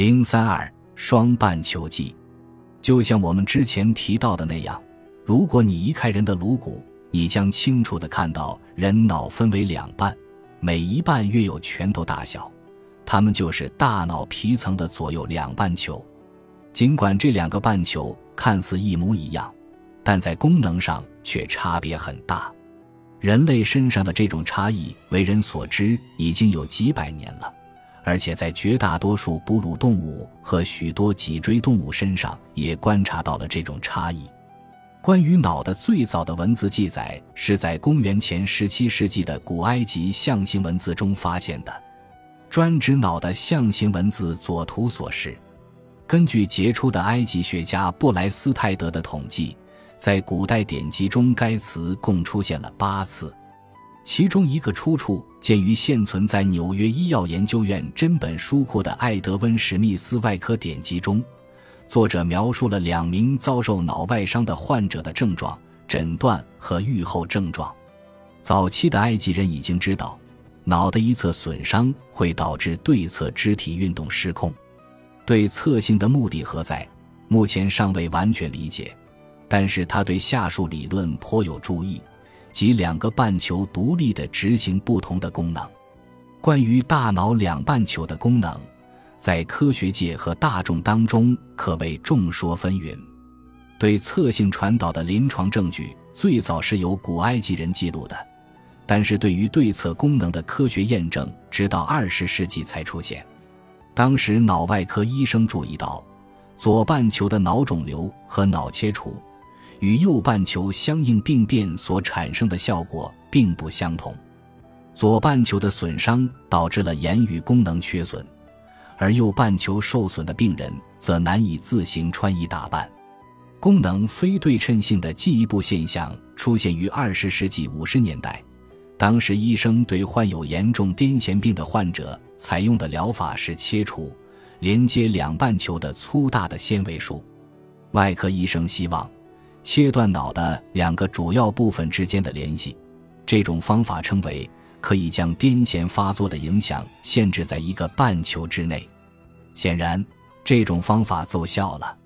032双半球计。就像我们之前提到的那样，如果你移开人的颅骨，你将清楚地看到人脑分为两半，每一半约有拳头大小，它们就是大脑皮层的左右两半球。尽管这两个半球看似一模一样，但在功能上却差别很大。人类身上的这种差异为人所知已经有几百年了，而且在绝大多数哺乳动物和许多脊椎动物身上也观察到了这种差异。关于脑的最早的文字记载是在公元前17世纪的古埃及象形文字中发现的，专指脑的象形文字左图所示。根据杰出的埃及学家布莱斯泰德的统计，在古代典籍中该词共出现了8次，其中一个出处见于现存在纽约医药研究院珍本书库的艾德温·史密斯外科典籍中，作者描述了2名遭受脑外伤的患者的症状、诊断和预后症状。早期的埃及人已经知道，脑的一侧损伤会导致对侧肢体运动失控。对侧性的目的何在，目前尚未完全理解，但是他对下述理论颇有注意，即2个半球独立地执行不同的功能。关于大脑两半球的功能，在科学界和大众当中可谓众说纷纭。对侧性传导的临床证据最早是由古埃及人记录的，但是对于对侧功能的科学验证直到20世纪才出现。当时脑外科医生注意到，左半球的脑肿瘤和脑切除与右半球相应病变所产生的效果并不相同。左半球的损伤导致了言语功能缺损，而右半球受损的病人则难以自行穿衣打扮。功能非对称性的进一步现象出现于20世纪50年代，当时医生对患有严重癫痫病的患者采用的疗法是切除连接两半球的粗大的纤维束。外科医生希望切断脑的2个主要部分之间的联系，这种方法称为可以将癫痫发作的影响限制在1个半球之内。显然，这种方法奏效了。